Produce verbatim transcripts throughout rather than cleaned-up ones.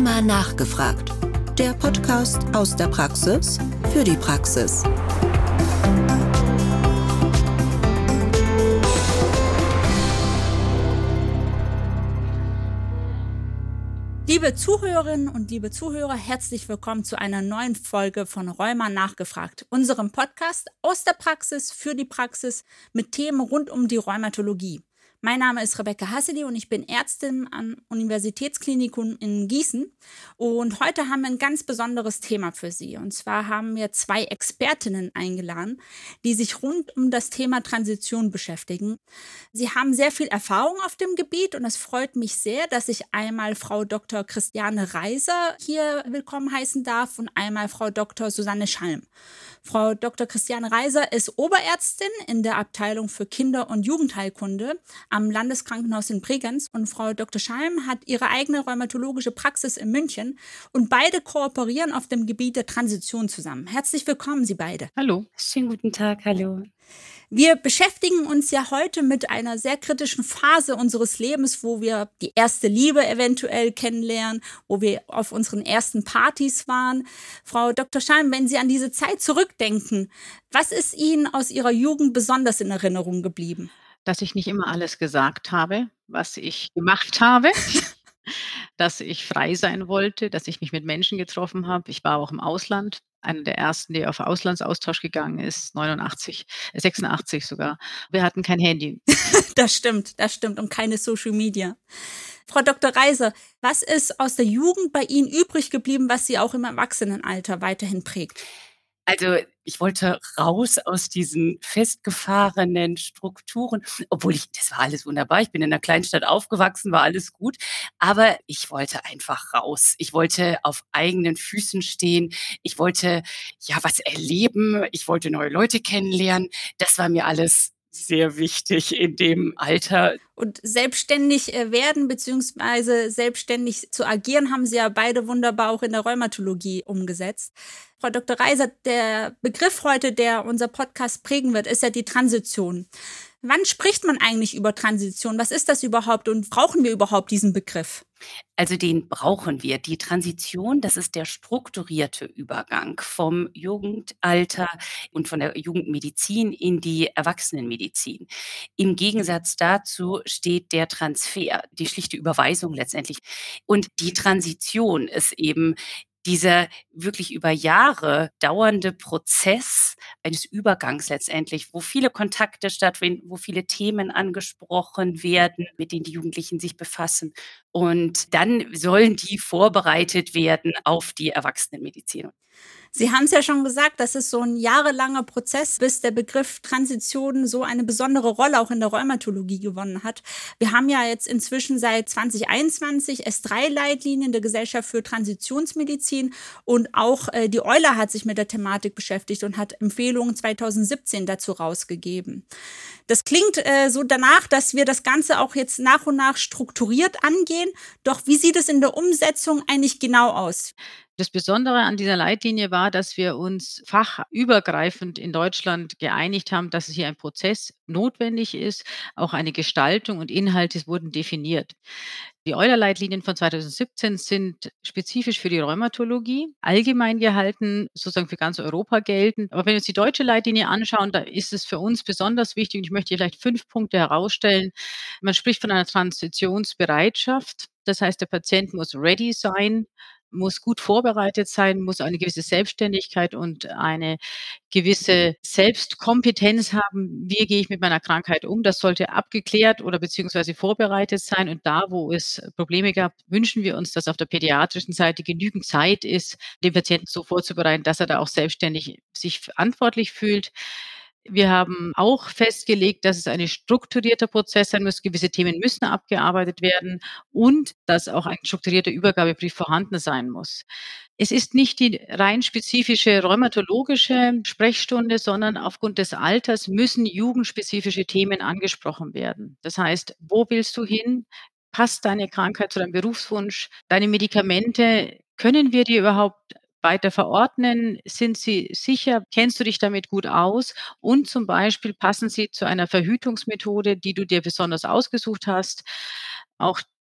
Rheuma nachgefragt. Der Podcast aus der Praxis für die Praxis. Liebe Zuhörerinnen und liebe Zuhörer, herzlich willkommen zu einer neuen Folge von Rheuma nachgefragt, unserem Podcast aus der Praxis für die Praxis mit Themen rund um die Rheumatologie. Mein Name ist Rebecca Hassedy und ich bin Ärztin am Universitätsklinikum in Gießen. Und heute haben wir ein ganz besonderes Thema für Sie. Und zwar haben wir zwei Expertinnen eingeladen, die sich rund um das Thema Transition beschäftigen. Sie haben sehr viel Erfahrung auf dem Gebiet und es freut mich sehr, dass ich einmal Frau Doktor Christiane Reiser hier willkommen heißen darf und einmal Frau Doktor Susanne Schalm. Frau Doktor Christiane Reiser ist Oberärztin in der Abteilung für Kinder- und Jugendheilkunde am Landeskrankenhaus in Bregenz und Frau Doktor Schalm hat ihre eigene rheumatologische Praxis in München und beide kooperieren auf dem Gebiet der Transition zusammen. Herzlich willkommen, Sie beide. Hallo. Schönen guten Tag, hallo. Wir beschäftigen uns ja heute mit einer sehr kritischen Phase unseres Lebens, wo wir die erste Liebe eventuell kennenlernen, wo wir auf unseren ersten Partys waren. Frau Doktor Schalm, wenn Sie an diese Zeit zurückdenken, was ist Ihnen aus Ihrer Jugend besonders in Erinnerung geblieben? Dass ich nicht immer alles gesagt habe, was ich gemacht habe, dass ich frei sein wollte, dass ich mich mit Menschen getroffen habe. Ich war auch im Ausland, einer der ersten, der auf Auslandsaustausch gegangen ist, neunundachtzig, sechsundachtzig sogar. Wir hatten kein Handy. Das stimmt, das stimmt und keine Social Media. Frau Doktor Reiser, was ist aus der Jugend bei Ihnen übrig geblieben, was Sie auch im Erwachsenenalter weiterhin prägt? Also, ich wollte raus aus diesen festgefahrenen Strukturen, obwohl ich das war alles wunderbar. Ich bin in 'ner Kleinstadt aufgewachsen, war alles gut, aber ich wollte einfach raus. Ich wollte auf eigenen Füßen stehen. Ich wollte, ja, was erleben. Ich wollte neue Leute kennenlernen. Das war mir alles sehr wichtig in dem Alter. Und selbstständig äh, werden beziehungsweise selbstständig zu agieren, haben Sie ja beide wunderbar auch in der Rheumatologie umgesetzt. Frau Doktor Reiser, der Begriff heute, der unser Podcast prägen wird, ist ja die Transition. Wann spricht man eigentlich über Transition? Was ist das überhaupt und brauchen wir überhaupt diesen Begriff? Also den brauchen wir. Die Transition, das ist der strukturierte Übergang vom Jugendalter und von der Jugendmedizin in die Erwachsenenmedizin. Im Gegensatz dazu steht der Transfer, die schlichte Überweisung letztendlich. Und die Transition ist eben dieser wirklich über Jahre dauernde Prozess eines Übergangs letztendlich, wo viele Kontakte stattfinden, wo viele Themen angesprochen werden, mit denen die Jugendlichen sich befassen. Und dann sollen die vorbereitet werden auf die Erwachsenenmedizin. Sie haben es ja schon gesagt, das ist so ein jahrelanger Prozess, bis der Begriff Transition so eine besondere Rolle auch in der Rheumatologie gewonnen hat. Wir haben ja jetzt inzwischen seit zwanzig einundzwanzig S drei Leitlinien der Gesellschaft für Transitionsmedizin und auch äh, die Euler hat sich mit der Thematik beschäftigt und hat Empfehlungen zwanzig siebzehn dazu rausgegeben. Das klingt äh, so danach, dass wir das Ganze auch jetzt nach und nach strukturiert angehen. Doch wie sieht es in der Umsetzung eigentlich genau aus? Das Besondere an dieser Leitlinie war, dass wir uns fachübergreifend in Deutschland geeinigt haben, dass hier ein Prozess notwendig ist, auch eine Gestaltung und Inhalte wurden definiert. Die Euler-Leitlinien von zwanzig siebzehn sind spezifisch für die Rheumatologie, allgemein gehalten, sozusagen für ganz Europa geltend. Aber wenn wir uns die deutsche Leitlinie anschauen, da ist es für uns besonders wichtig, und ich möchte hier vielleicht fünf Punkte herausstellen. Man spricht von einer Transitionsbereitschaft. Das heißt, der Patient muss ready sein, muss gut vorbereitet sein, muss eine gewisse Selbstständigkeit und eine gewisse Selbstkompetenz haben. Wie gehe ich mit meiner Krankheit um? Das sollte abgeklärt oder beziehungsweise vorbereitet sein. Und da, wo es Probleme gab, wünschen wir uns, dass auf der pädiatrischen Seite genügend Zeit ist, den Patienten so vorzubereiten, dass er da auch selbstständig sich verantwortlich fühlt. Wir haben auch festgelegt, dass es ein strukturierter Prozess sein muss. Gewisse Themen müssen abgearbeitet werden und dass auch ein strukturierter Übergabebrief vorhanden sein muss. Es ist nicht die rein spezifische rheumatologische Sprechstunde, sondern aufgrund des Alters müssen jugendspezifische Themen angesprochen werden. Das heißt, wo willst du hin? Passt deine Krankheit zu deinem Berufswunsch? Deine Medikamente, können wir dir überhaupt weiter verordnen? Sind sie sicher? Kennst du dich damit gut aus? Und zum Beispiel passen sie zu einer Verhütungsmethode, die du dir besonders ausgesucht hast? Auch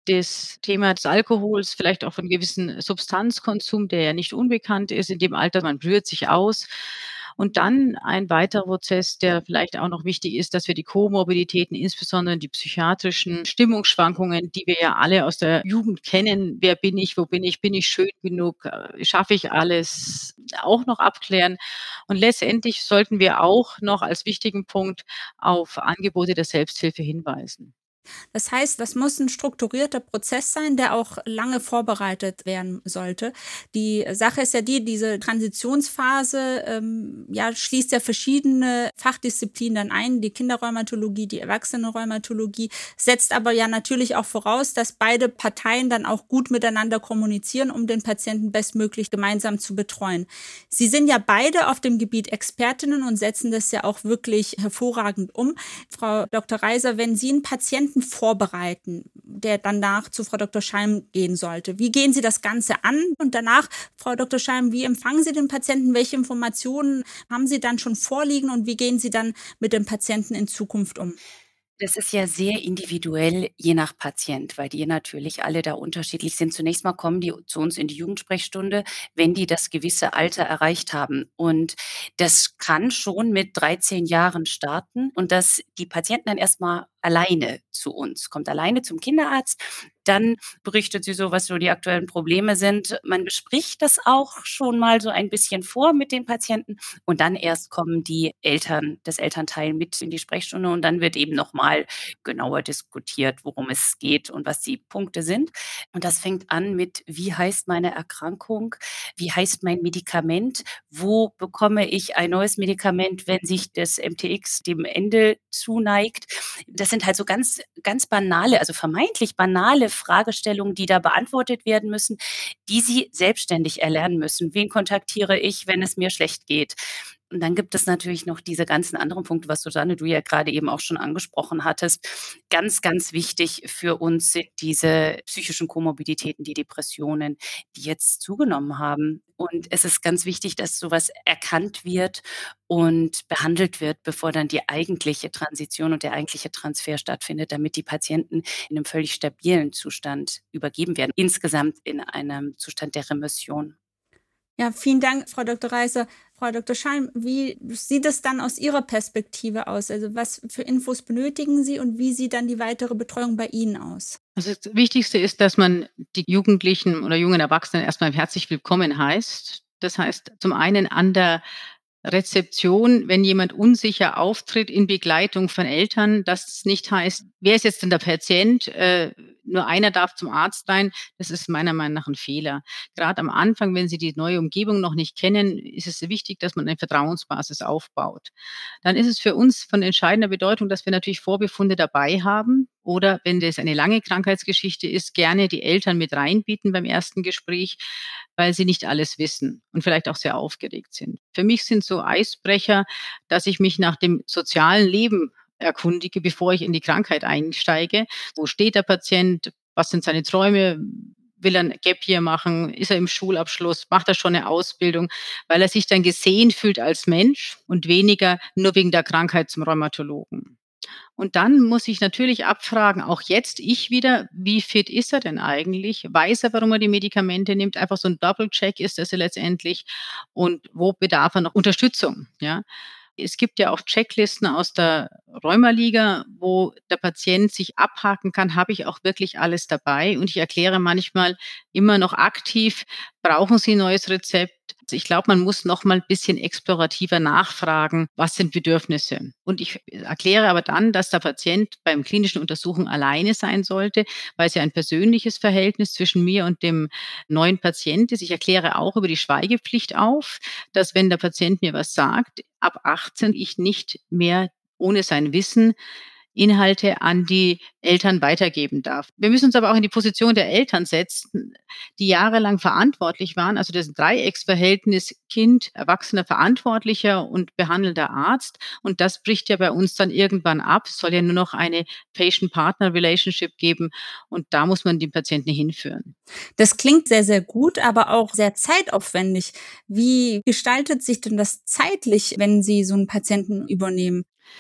das Thema des Alkohols, vielleicht auch von gewissen Substanzkonsum, der ja nicht unbekannt ist in dem Alter. Man rührt sich aus. Und dann ein weiterer Prozess, der vielleicht auch noch wichtig ist, dass wir die Komorbiditäten, insbesondere die psychiatrischen Stimmungsschwankungen, die wir ja alle aus der Jugend kennen, wer bin ich, wo bin ich, bin ich schön genug, äh, schaffe ich alles, auch noch abklären. Und letztendlich sollten wir auch noch als wichtigen Punkt auf Angebote der Selbsthilfe hinweisen. Das heißt, das muss ein strukturierter Prozess sein, der auch lange vorbereitet werden sollte. Die Sache ist ja die, diese Transitionsphase, ähm, ja, schließt ja verschiedene Fachdisziplinen dann ein, die Kinderrheumatologie, die Erwachsenenrheumatologie, setzt aber ja natürlich auch voraus, dass beide Parteien dann auch gut miteinander kommunizieren, um den Patienten bestmöglich gemeinsam zu betreuen. Sie sind ja beide auf dem Gebiet Expertinnen und setzen das ja auch wirklich hervorragend um. Frau Doktor Reiser, wenn Sie einen Patienten vorbereiten, der danach zu Frau Doktor Schalm gehen sollte. Wie gehen Sie das Ganze an? Und danach, Frau Doktor Schalm, wie empfangen Sie den Patienten? Welche Informationen haben Sie dann schon vorliegen und wie gehen Sie dann mit dem Patienten in Zukunft um? Das ist ja sehr individuell, je nach Patient, weil die natürlich alle da unterschiedlich sind. Zunächst mal kommen die zu uns in die Jugendsprechstunde, wenn die das gewisse Alter erreicht haben. Und das kann schon mit dreizehn Jahren starten und dass die Patienten dann erstmal alleine zu uns, kommt alleine zum Kinderarzt, dann berichtet sie so, was so die aktuellen Probleme sind. Man bespricht das auch schon mal so ein bisschen vor mit den Patienten und dann erst kommen die Eltern, das Elternteil mit in die Sprechstunde und dann wird eben noch mal genauer diskutiert, worum es geht und was die Punkte sind. Und das fängt an mit: Wie heißt meine Erkrankung? Wie heißt mein Medikament? Wo bekomme ich ein neues Medikament, wenn sich das M T X dem Ende zuneigt? Das sind halt so ganz, ganz banale, also vermeintlich banale Fragestellungen, die da beantwortet werden müssen, die sie selbstständig erlernen müssen. Wen kontaktiere ich, wenn es mir schlecht geht? Und dann gibt es natürlich noch diese ganzen anderen Punkte, was Susanne, du ja gerade eben auch schon angesprochen hattest. Ganz, ganz wichtig für uns sind diese psychischen Komorbiditäten, die Depressionen, die jetzt zugenommen haben. Und es ist ganz wichtig, dass sowas erkannt wird und behandelt wird, bevor dann die eigentliche Transition und der eigentliche Transfer stattfindet, damit die Patienten in einem völlig stabilen Zustand übergeben werden, insgesamt in einem Zustand der Remission. Ja, vielen Dank, Frau Doktor Reiser. Frau Doktor Schalm, wie sieht es dann aus Ihrer Perspektive aus? Also was für Infos benötigen Sie und wie sieht dann die weitere Betreuung bei Ihnen aus? Also das Wichtigste ist, dass man die Jugendlichen oder jungen Erwachsenen erstmal herzlich willkommen heißt. Das heißt, zum einen an der Rezeption, wenn jemand unsicher auftritt in Begleitung von Eltern, dass es nicht heißt, wer ist jetzt denn der Patient? Äh, nur einer darf zum Arzt rein. Das ist meiner Meinung nach ein Fehler. Gerade am Anfang, wenn Sie die neue Umgebung noch nicht kennen, ist es wichtig, dass man eine Vertrauensbasis aufbaut. Dann ist es für uns von entscheidender Bedeutung, dass wir natürlich Vorbefunde dabei haben oder, wenn das eine lange Krankheitsgeschichte ist, gerne die Eltern mit reinbieten beim ersten Gespräch, weil sie nicht alles wissen und vielleicht auch sehr aufgeregt sind. Für mich sind so Eisbrecher, dass ich mich nach dem sozialen Leben erkundige, bevor ich in die Krankheit einsteige. Wo steht der Patient? Was sind seine Träume? Will er ein Gap Year machen? Ist er im Schulabschluss? Macht er schon eine Ausbildung? Weil er sich dann gesehen fühlt als Mensch und weniger nur wegen der Krankheit zum Rheumatologen. Und dann muss ich natürlich abfragen, auch jetzt ich wieder, wie fit ist er denn eigentlich? Weiß er, warum er die Medikamente nimmt? Einfach so ein Double-Check ist das ja letztendlich. Und wo bedarf er noch Unterstützung? Ja. Es gibt ja auch Checklisten aus der Rheumaliga, wo der Patient sich abhaken kann, habe ich auch wirklich alles dabei? Und ich erkläre manchmal immer noch aktiv, brauchen Sie ein neues Rezept? Also ich glaube, man muss noch mal ein bisschen explorativer nachfragen, was sind Bedürfnisse? Und ich erkläre aber dann, dass der Patient beim klinischen Untersuchung alleine sein sollte, weil es ja ein persönliches Verhältnis zwischen mir und dem neuen Patient ist. Ich erkläre auch über die Schweigepflicht auf, dass wenn der Patient mir was sagt, ab achtzehn ich nicht mehr ohne sein Wissen Inhalte an die Eltern weitergeben darf. Wir müssen uns aber auch in die Position der Eltern setzen, die jahrelang verantwortlich waren, also das Dreiecksverhältnis Kind, Erwachsener, Verantwortlicher und behandelnder Arzt. Und das bricht ja bei uns dann irgendwann ab. Es soll ja nur noch eine Patient-Partner-Relationship geben und da muss man die Patienten hinführen. Das klingt sehr, sehr gut, aber auch sehr zeitaufwendig. Wie gestaltet sich denn das zeitlich, wenn Sie so einen Patienten übernehmen?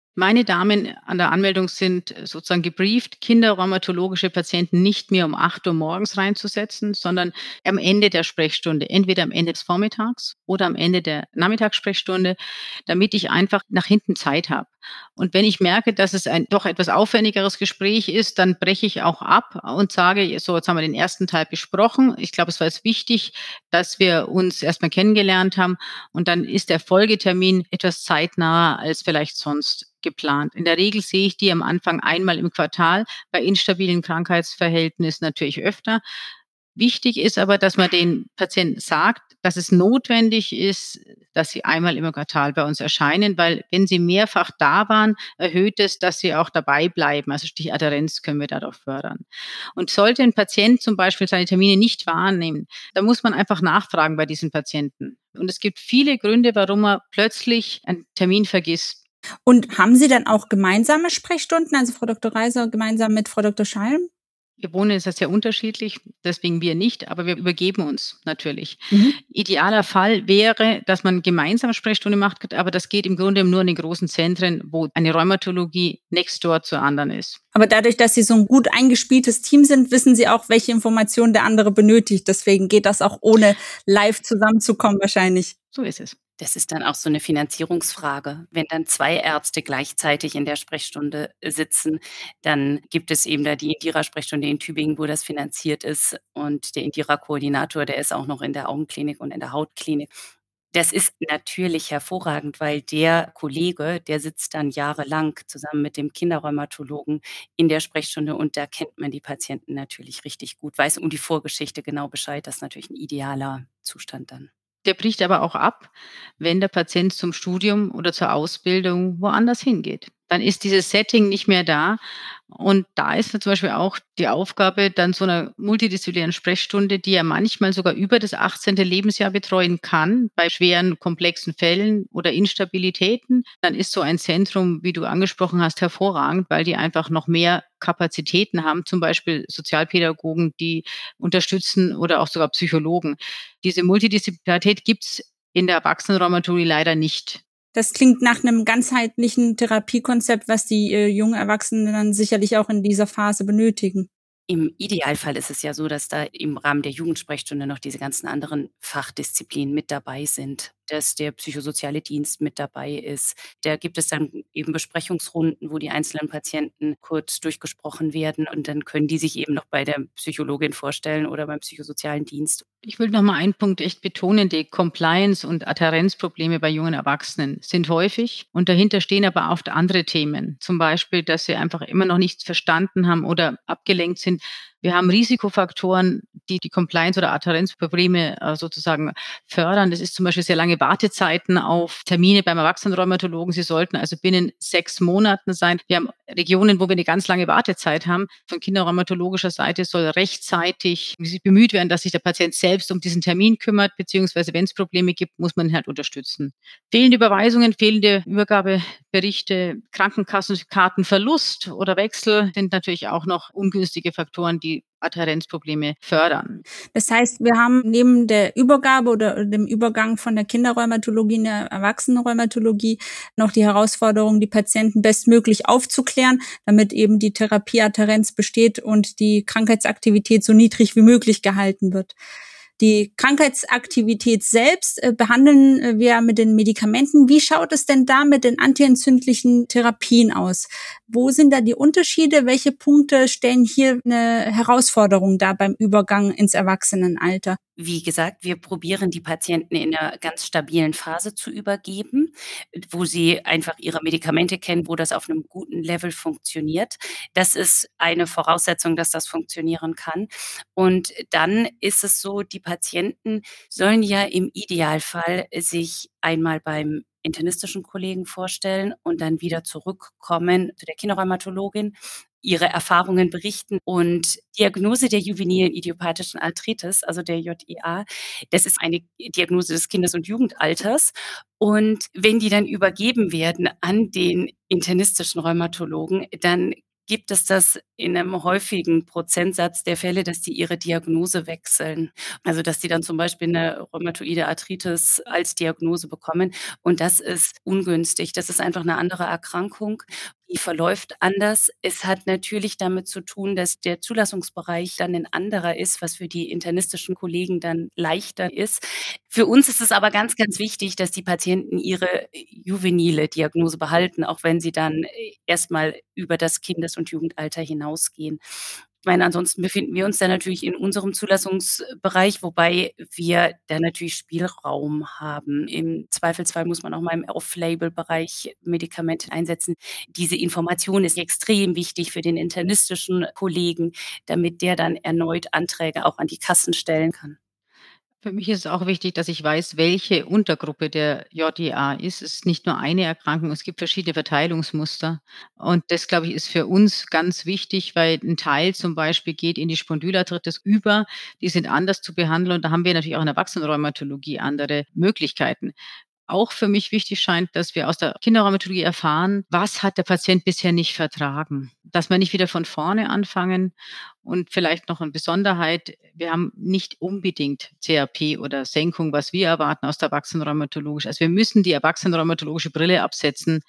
Meine Damen an der Anmeldung sind sozusagen gebrieft, kinderrheumatologische Patienten nicht mehr um acht Uhr morgens reinzusetzen, sondern am Ende der Sprechstunde, entweder am Ende des Vormittags oder am Ende der Nachmittagssprechstunde, damit ich einfach nach hinten Zeit habe. Und wenn ich merke, dass es ein doch etwas aufwendigeres Gespräch ist, dann breche ich auch ab und sage, so, jetzt haben wir den ersten Teil besprochen. Ich glaube, es war jetzt wichtig, dass wir uns erstmal kennengelernt haben und dann ist der Folgetermin etwas zeitnaher als vielleicht sonst geplant. In der Regel sehe ich die am Anfang einmal im Quartal, bei instabilen Krankheitsverhältnissen natürlich öfter. Wichtig ist aber, dass man den Patienten sagt, dass es notwendig ist, dass sie einmal im Quartal bei uns erscheinen, weil wenn sie mehrfach da waren, erhöht es, dass sie auch dabei bleiben. Also die Adhärenz können wir dadurch fördern. Und sollte ein Patient zum Beispiel seine Termine nicht wahrnehmen, dann muss man einfach nachfragen bei diesen Patienten. Und es gibt viele Gründe, warum man plötzlich einen Termin vergisst. Und haben Sie dann auch gemeinsame Sprechstunden, also Frau Doktor Reiser gemeinsam mit Frau Doktor Schalm? Wir wohnen ist das sehr unterschiedlich, deswegen wir nicht, aber wir übergeben uns natürlich. Mhm. Idealer Fall wäre, dass man gemeinsam Sprechstunde macht, aber das geht im Grunde nur in den großen Zentren, wo eine Rheumatologie next door zur anderen ist. Aber dadurch, dass Sie so ein gut eingespieltes Team sind, wissen Sie auch, welche Informationen der andere benötigt. Deswegen geht das auch ohne live zusammenzukommen wahrscheinlich. So ist es. Das ist dann auch so eine Finanzierungsfrage. Wenn dann zwei Ärzte gleichzeitig in der Sprechstunde sitzen, dann gibt es eben da die Indira-Sprechstunde in Tübingen, wo das finanziert ist. Und der Indira-Koordinator, der ist auch noch in der Augenklinik und in der Hautklinik. Das ist natürlich hervorragend, weil der Kollege, der sitzt dann jahrelang zusammen mit dem Kinderrheumatologen in der Sprechstunde und da kennt man die Patienten natürlich richtig gut, weiß um die Vorgeschichte genau Bescheid. Das ist natürlich ein idealer Zustand dann. Der bricht aber auch ab, wenn der Patient zum Studium oder zur Ausbildung woanders hingeht. Dann ist dieses Setting nicht mehr da. Und da ist dann zum Beispiel auch die Aufgabe dann so einer multidisziplinären Sprechstunde, die ja manchmal sogar über das achtzehnte Lebensjahr betreuen kann, bei schweren, komplexen Fällen oder Instabilitäten. Dann ist so ein Zentrum, wie du angesprochen hast, hervorragend, weil die einfach noch mehr Kapazitäten haben, zum Beispiel Sozialpädagogen, die unterstützen oder auch sogar Psychologen. Diese Multidisziplinarität gibt's in der Erwachsenenrheumatologie leider nicht. Das klingt nach einem ganzheitlichen Therapiekonzept, was die äh, jungen Erwachsenen dann sicherlich auch in dieser Phase benötigen. Im Idealfall ist es ja so, dass da im Rahmen der Jugendsprechstunde noch diese ganzen anderen Fachdisziplinen mit dabei sind, dass der psychosoziale Dienst mit dabei ist. Da gibt es dann eben Besprechungsrunden, wo die einzelnen Patienten kurz durchgesprochen werden und dann können die sich eben noch bei der Psychologin vorstellen oder beim psychosozialen Dienst. Ich will noch mal einen Punkt echt betonen, die Compliance- und Adhärenzprobleme bei jungen Erwachsenen sind häufig und dahinter stehen aber oft andere Themen. Zum Beispiel, dass sie einfach immer noch nichts verstanden haben oder abgelenkt sind. Wir haben Risikofaktoren, die die Compliance- oder Adhärenzprobleme äh, sozusagen fördern. Das ist zum Beispiel sehr lange Wartezeiten auf Termine beim Erwachsenenrheumatologen. Sie sollten also binnen sechs Monaten sein. Wir haben Regionen, wo wir eine ganz lange Wartezeit haben. Von kinderrheumatologischer Seite soll rechtzeitig sich bemüht werden, dass sich der Patient selbst um diesen Termin kümmert, beziehungsweise wenn es Probleme gibt, muss man ihn halt unterstützen. Fehlende Überweisungen, fehlende Übergabeberichte, Krankenkassenkartenverlust oder Wechsel sind natürlich auch noch ungünstige Faktoren, die Adhärenzprobleme fördern. Das heißt, wir haben neben der Übergabe oder dem Übergang von der Kinderrheumatologie in der Erwachsenenrheumatologie noch die Herausforderung, die Patienten bestmöglich aufzuklären, damit eben die Therapieadhärenz besteht und die Krankheitsaktivität so niedrig wie möglich gehalten wird. Die Krankheitsaktivität selbst äh, behandeln äh, wir mit den Medikamenten. Wie schaut es denn da mit den antientzündlichen Therapien aus? Wo sind da die Unterschiede? Welche Punkte stellen hier eine Herausforderung dar beim Übergang ins Erwachsenenalter? Wie gesagt, wir probieren die Patienten in einer ganz stabilen Phase zu übergeben, wo sie einfach ihre Medikamente kennen, wo das auf einem guten Level funktioniert. Das ist eine Voraussetzung, dass das funktionieren kann. Und dann ist es so, die Patienten sollen ja im Idealfall sich einmal beim internistischen Kollegen vorstellen und dann wieder zurückkommen zu der Kinderrheumatologin, ihre Erfahrungen berichten und Diagnose der juvenilen idiopathischen Arthritis, also der J I A, das ist eine Diagnose des Kindes- und Jugendalters. Und wenn die dann übergeben werden an den internistischen Rheumatologen, dann gibt es das in einem häufigen Prozentsatz der Fälle, dass die ihre Diagnose wechseln. Also, dass die dann zum Beispiel eine rheumatoide Arthritis als Diagnose bekommen und das ist ungünstig. Das ist einfach eine andere Erkrankung, die verläuft anders. Es hat natürlich damit zu tun, dass der Zulassungsbereich dann ein anderer ist, was für die internistischen Kollegen dann leichter ist. Für uns ist es aber ganz, ganz wichtig, dass die Patienten ihre juvenile Diagnose behalten, auch wenn sie dann erst mal über das Kindes und Jugendalter hinausgehen. Ich meine, ansonsten befinden wir uns da natürlich in unserem Zulassungsbereich, wobei wir da natürlich Spielraum haben. Im Zweifelsfall muss man auch mal im Off-Label-Bereich Medikamente einsetzen. Diese Information ist extrem wichtig für den internistischen Kollegen, damit der dann erneut Anträge auch an die Kassen stellen kann. Für mich ist es auch wichtig, dass ich weiß, welche Untergruppe der J I A ist. Es ist nicht nur eine Erkrankung, es gibt verschiedene Verteilungsmuster. Und das, glaube ich, ist für uns ganz wichtig, weil ein Teil zum Beispiel geht in die Spondylarthritis über. Die sind anders zu behandeln und da haben wir natürlich auch in der Erwachsenenrheumatologie andere Möglichkeiten. Auch für mich wichtig scheint, dass wir aus der Kinderrheumatologie erfahren, was hat der Patient bisher nicht vertragen. Dass wir nicht wieder von vorne anfangen und vielleicht noch eine Besonderheit, wir haben nicht unbedingt C R P oder Senkung, was wir erwarten aus der Erwachsenenrheumatologie. Also wir müssen die erwachsenenrheumatologische Brille absetzen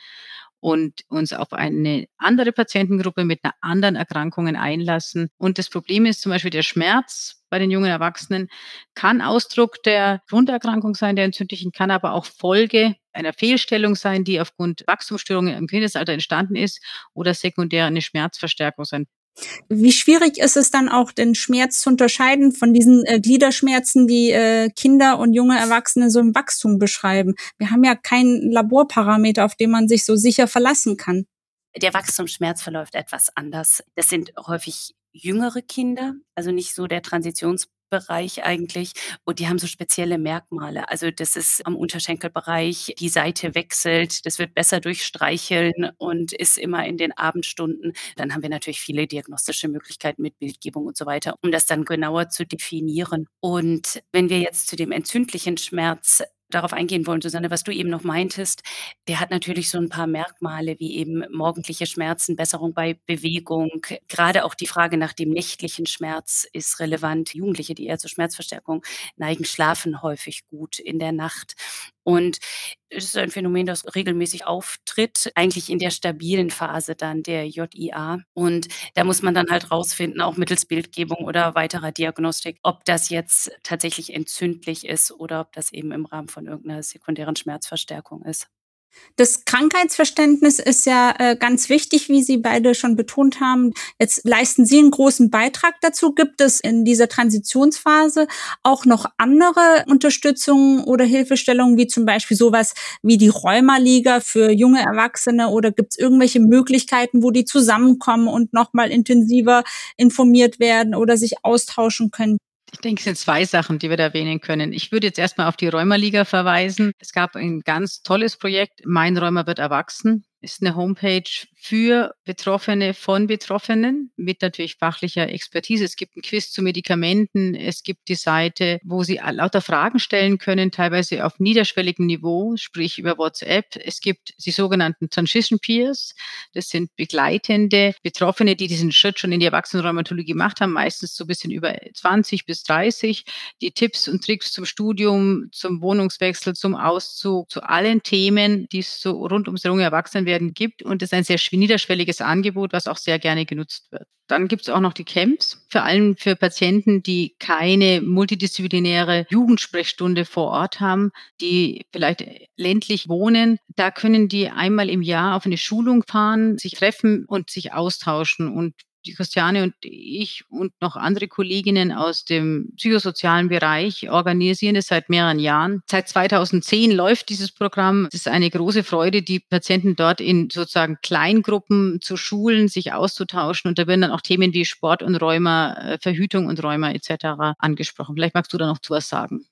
und uns auf eine andere Patientengruppe mit einer anderen Erkrankungen einlassen. Und das Problem ist zum Beispiel der Schmerz bei den jungen Erwachsenen kann Ausdruck der Grunderkrankung sein, der entzündlichen, kann aber auch Folge einer Fehlstellung sein, die aufgrund Wachstumsstörungen im Kindesalter entstanden ist oder sekundär eine Schmerzverstärkung sein. Wie schwierig ist es dann auch, den Schmerz zu unterscheiden von diesen äh, Gliederschmerzen, die äh, Kinder und junge Erwachsene so im Wachstum beschreiben? Wir haben ja keinen Laborparameter, auf den man sich so sicher verlassen kann. Der Wachstumsschmerz verläuft etwas anders. Das sind häufig jüngere Kinder, also nicht so der Transitionsbereich eigentlich. Und die haben so spezielle Merkmale. Also das ist am Unterschenkelbereich, die Seite wechselt, das wird besser durch Streicheln und ist immer in den Abendstunden. Dann haben wir natürlich viele diagnostische Möglichkeiten mit Bildgebung und so weiter, um das dann genauer zu definieren. Und wenn wir jetzt zu dem entzündlichen Schmerz darauf eingehen wollen, Susanne, was du eben noch meintest, der hat natürlich so ein paar Merkmale wie eben morgendliche Schmerzen, Besserung bei Bewegung. Gerade auch die Frage nach dem nächtlichen Schmerz ist relevant. Jugendliche, die eher zur Schmerzverstärkung neigen, schlafen häufig gut in der Nacht. Und es ist ein Phänomen, das regelmäßig auftritt, eigentlich in der stabilen Phase dann der J I A. Und da muss man dann halt rausfinden, auch mittels Bildgebung oder weiterer Diagnostik, ob das jetzt tatsächlich entzündlich ist oder ob das eben im Rahmen von irgendeiner sekundären Schmerzverstärkung ist. Das Krankheitsverständnis ist ja äh, ganz wichtig, wie Sie beide schon betont haben. Jetzt leisten Sie einen großen Beitrag dazu. Gibt es in dieser Transitionsphase auch noch andere Unterstützungen oder Hilfestellungen, wie zum Beispiel sowas wie die Rheuma-Liga für junge Erwachsene? Oder gibt es irgendwelche Möglichkeiten, wo die zusammenkommen und nochmal intensiver informiert werden oder sich austauschen können? Ich denke, es sind zwei Sachen, die wir da erwähnen können. Ich würde jetzt erstmal auf die Rheuma-Liga verweisen. Es gab ein ganz tolles Projekt, Mein Rheuma wird erwachsen. Ist eine Homepage für Betroffene von Betroffenen mit natürlich fachlicher Expertise. Es gibt ein Quiz zu Medikamenten. Es gibt die Seite, wo Sie lauter Fragen stellen können, teilweise auf niederschwelligem Niveau, sprich über WhatsApp. Es gibt die sogenannten Transition Peers. Das sind begleitende Betroffene, die diesen Schritt schon in die Erwachsenenrheumatologie gemacht haben, meistens so ein bisschen über zwanzig bis dreißig, die Tipps und Tricks zum Studium, zum Wohnungswechsel, zum Auszug, zu allen Themen, die es so rund ums junge Erwachsenenwerden gibt. Und es ist ein sehr niederschwelliges Angebot, was auch sehr gerne genutzt wird. Dann gibt es auch noch die Camps, vor allem für Patienten, die keine multidisziplinäre Jugendsprechstunde vor Ort haben, die vielleicht ländlich wohnen. Da können die einmal im Jahr auf eine Schulung fahren, sich treffen und sich austauschen. Und die Christiane und ich und noch andere Kolleginnen aus dem psychosozialen Bereich organisieren es seit mehreren Jahren. Seit zweitausendzehn läuft dieses Programm. Es ist eine große Freude, die Patienten dort in sozusagen Kleingruppen zu schulen, sich auszutauschen. Und da werden dann auch Themen wie Sport und Rheuma, Verhütung und Rheuma et cetera angesprochen. Vielleicht magst du da noch zu was sagen.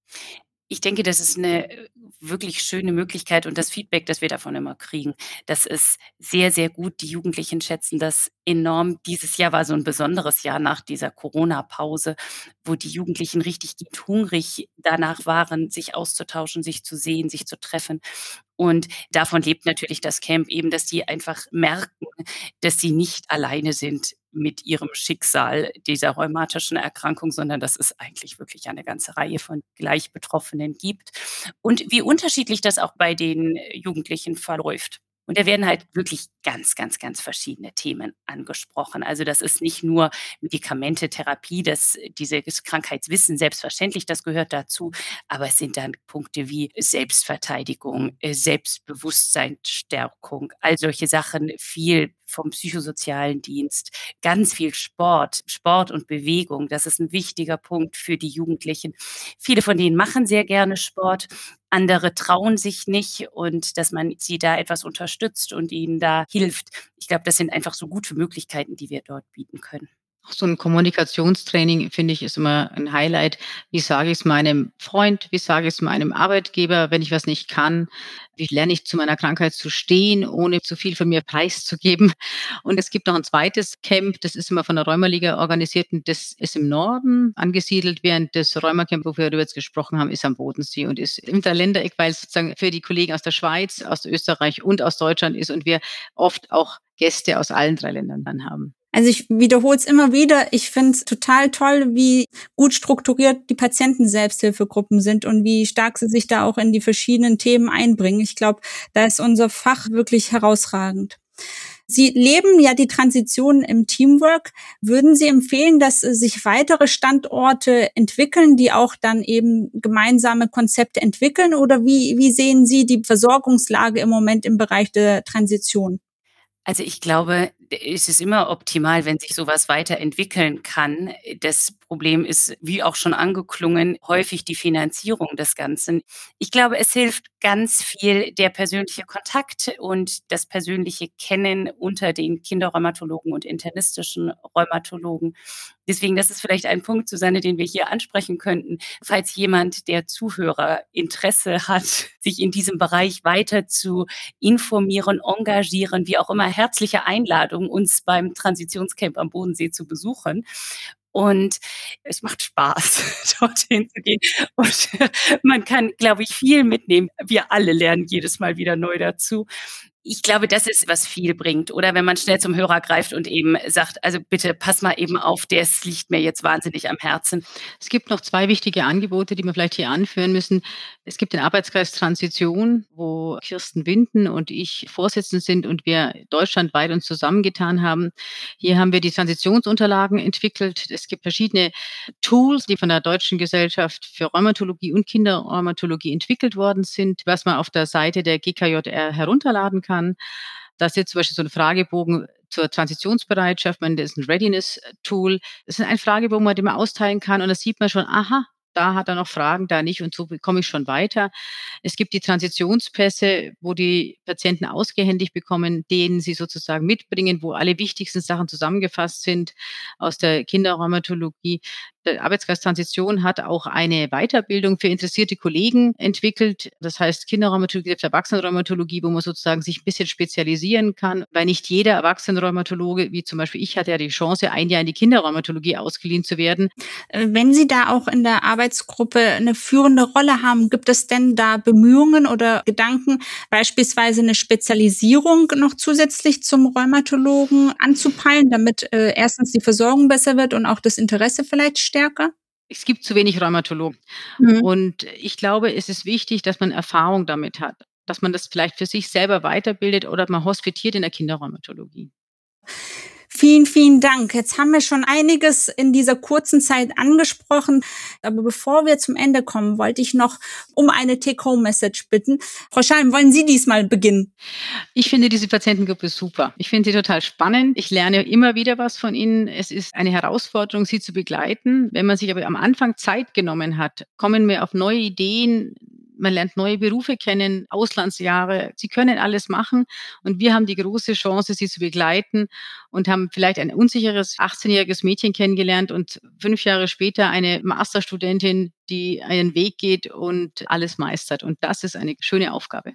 Ich denke, das ist eine wirklich schöne Möglichkeit und das Feedback, das wir davon immer kriegen, das ist sehr, sehr gut. Die Jugendlichen schätzen das enorm. Dieses Jahr war so ein besonderes Jahr nach dieser Corona-Pause, wo die Jugendlichen richtig hungrig danach waren, sich auszutauschen, sich zu sehen, sich zu treffen. Und davon lebt natürlich das Camp eben, dass die einfach merken, dass sie nicht alleine sind mit ihrem Schicksal dieser rheumatischen Erkrankung, sondern dass es eigentlich wirklich eine ganze Reihe von Gleichbetroffenen gibt und wie unterschiedlich das auch bei den Jugendlichen verläuft. Und da werden halt wirklich ganz, ganz, ganz verschiedene Themen angesprochen. Also das ist nicht nur Medikamente, Therapie, das, dieses Krankheitswissen, selbstverständlich, das gehört dazu, aber es sind dann Punkte wie Selbstverteidigung, äh, Selbstbewusstseinsstärkung, all solche Sachen, viel vom psychosozialen Dienst, ganz viel Sport, Sport und Bewegung, das ist ein wichtiger Punkt für die Jugendlichen. Viele von denen machen sehr gerne Sport, andere trauen sich nicht und dass man sie da etwas unterstützt und ihnen da hilft. Ich glaube, das sind einfach so gute Möglichkeiten, die wir dort bieten können. Auch so 'n Kommunikationstraining, finde ich, ist immer ein Highlight. Wie sage ich's meinem Freund? Wie sage ich's meinem Arbeitgeber, wenn ich was nicht kann? Wie lerne ich, zu meiner Krankheit zu stehen, ohne zu viel von mir preiszugeben? Und es gibt noch ein zweites Camp, das ist immer von der Rheumaliga organisiert und das ist im Norden angesiedelt, während das Rheumacamp, wo wir darüber jetzt gesprochen haben, ist am Bodensee und ist im Dreiländereck, weil es sozusagen für die Kollegen aus der Schweiz, aus Österreich und aus Deutschland ist und wir oft auch Gäste aus allen drei Ländern dann haben. Also ich wiederhole es immer wieder. Ich finde es total toll, wie gut strukturiert die Patienten-Selbsthilfegruppen sind und wie stark sie sich da auch in die verschiedenen Themen einbringen. Ich glaube, da ist unser Fach wirklich herausragend. Sie leben ja die Transition im Teamwork. Würden Sie empfehlen, dass sich weitere Standorte entwickeln, die auch dann eben gemeinsame Konzepte entwickeln? Oder wie, wie sehen Sie die Versorgungslage im Moment im Bereich der Transition? Also ich glaube, es ist immer optimal, wenn sich sowas weiterentwickeln kann. Das Problem ist, wie auch schon angeklungen, häufig die Finanzierung des Ganzen. Ich glaube, es hilft ganz viel der persönliche Kontakt und das persönliche Kennen unter den Kinderrheumatologen und internistischen Rheumatologen. Deswegen, das ist vielleicht ein Punkt, Susanne, den wir hier ansprechen könnten. Falls jemand, der Zuhörer, Interesse hat, sich in diesem Bereich weiter zu informieren, engagieren, wie auch immer, herzliche Einladung, uns beim Transitionscamp am Bodensee zu besuchen. Und es macht Spaß, dorthin zu gehen. Und man kann, glaube ich, viel mitnehmen. Wir alle lernen jedes Mal wieder neu dazu. Ich glaube, das ist, was viel bringt. Oder wenn man schnell zum Hörer greift und eben sagt, also bitte pass mal eben auf, das liegt mir jetzt wahnsinnig am Herzen. Es gibt noch zwei wichtige Angebote, die wir vielleicht hier anführen müssen. Es gibt den Arbeitskreis Transition, wo Kirsten Winden und ich Vorsitzende sind und wir deutschlandweit uns zusammengetan haben. Hier haben wir die Transitionsunterlagen entwickelt. Es gibt verschiedene Tools, die von der Deutschen Gesellschaft für Rheumatologie und Kinderrheumatologie entwickelt worden sind, was man auf der Seite der G K J R herunterladen kann. Das ist jetzt zum Beispiel so ein Fragebogen zur Transitionsbereitschaft. Man, das ist ein Readiness-Tool. Das ist ein Fragebogen, den man austeilen kann und da sieht man schon, aha, da hat er noch Fragen, da nicht und so komme ich schon weiter. Es gibt die Transitionspässe, wo die Patienten ausgehändigt bekommen, denen sie sozusagen mitbringen, wo alle wichtigsten Sachen zusammengefasst sind aus der Kinderrheumatologie. Der Arbeitskreis Transition hat auch eine Weiterbildung für interessierte Kollegen entwickelt. Das heißt Kinderrheumatologie, Erwachsenenrheumatologie, wo man sozusagen sich ein bisschen spezialisieren kann, weil nicht jeder Erwachsenenrheumatologe, wie zum Beispiel ich, hatte ja die Chance, ein Jahr in die Kinderrheumatologie ausgeliehen zu werden. Wenn Sie da auch in der Arbeitsgruppe eine führende Rolle haben, gibt es denn da Bemühungen oder Gedanken, beispielsweise eine Spezialisierung noch zusätzlich zum Rheumatologen anzupeilen, damit äh, erstens die Versorgung besser wird und auch das Interesse vielleicht stärker? Es gibt zu wenig Rheumatologen. Mhm. Und ich glaube, es ist wichtig, dass man Erfahrung damit hat, dass man das vielleicht für sich selber weiterbildet oder man hospitiert in der Kinderrheumatologie. Vielen, vielen Dank. Jetzt haben wir schon einiges in dieser kurzen Zeit angesprochen. Aber bevor wir zum Ende kommen, wollte ich noch um eine Take-Home-Message bitten. Frau Schalm, wollen Sie diesmal beginnen? Ich finde diese Patientengruppe super. Ich finde sie total spannend. Ich lerne immer wieder was von ihnen. Es ist eine Herausforderung, sie zu begleiten. Wenn man sich aber am Anfang Zeit genommen hat, kommen wir auf neue Ideen. Man lernt neue Berufe kennen, Auslandsjahre. Sie können alles machen. Und wir haben die große Chance, sie zu begleiten und haben vielleicht ein unsicheres achtzehnjähriges Mädchen kennengelernt und fünf Jahre später eine Masterstudentin, die einen Weg geht und alles meistert. Und das ist eine schöne Aufgabe.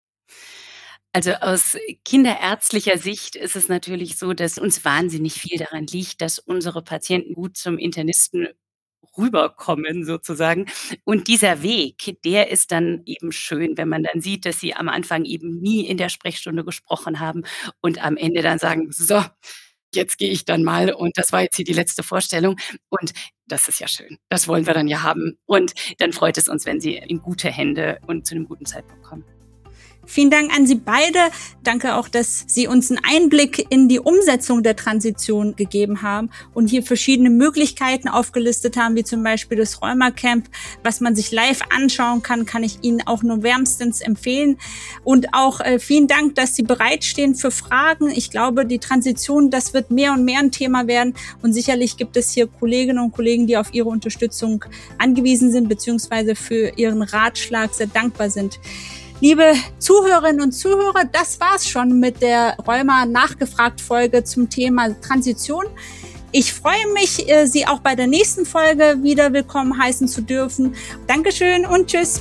Also aus kinderärztlicher Sicht ist es natürlich so, dass uns wahnsinnig viel daran liegt, dass unsere Patienten gut zum Internisten rüberkommen sozusagen. Und dieser Weg, der ist dann eben schön, wenn man dann sieht, dass sie am Anfang eben nie in der Sprechstunde gesprochen haben und am Ende dann sagen: „So, jetzt gehe ich dann mal und das war jetzt hier die letzte Vorstellung." Und das ist ja schön. Das wollen wir dann ja haben. Und dann freut es uns, wenn sie in gute Hände und zu einem guten Zeitpunkt kommen. Vielen Dank an Sie beide. Danke auch, dass Sie uns einen Einblick in die Umsetzung der Transition gegeben haben und hier verschiedene Möglichkeiten aufgelistet haben, wie zum Beispiel das Rheuma-Camp, was man sich live anschauen kann, kann ich Ihnen auch nur wärmstens empfehlen. Und auch äh, vielen Dank, dass Sie bereitstehen für Fragen. Ich glaube, die Transition, das wird mehr und mehr ein Thema werden. Und sicherlich gibt es hier Kolleginnen und Kollegen, die auf Ihre Unterstützung angewiesen sind, beziehungsweise für Ihren Ratschlag sehr dankbar sind. Liebe Zuhörerinnen und Zuhörer, das war's schon mit der Rheuma-Nachgefragt-Folge zum Thema Transition. Ich freue mich, Sie auch bei der nächsten Folge wieder willkommen heißen zu dürfen. Dankeschön und tschüss.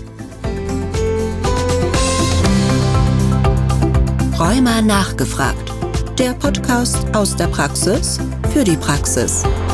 Rheuma nachgefragt. Der Podcast aus der Praxis für die Praxis.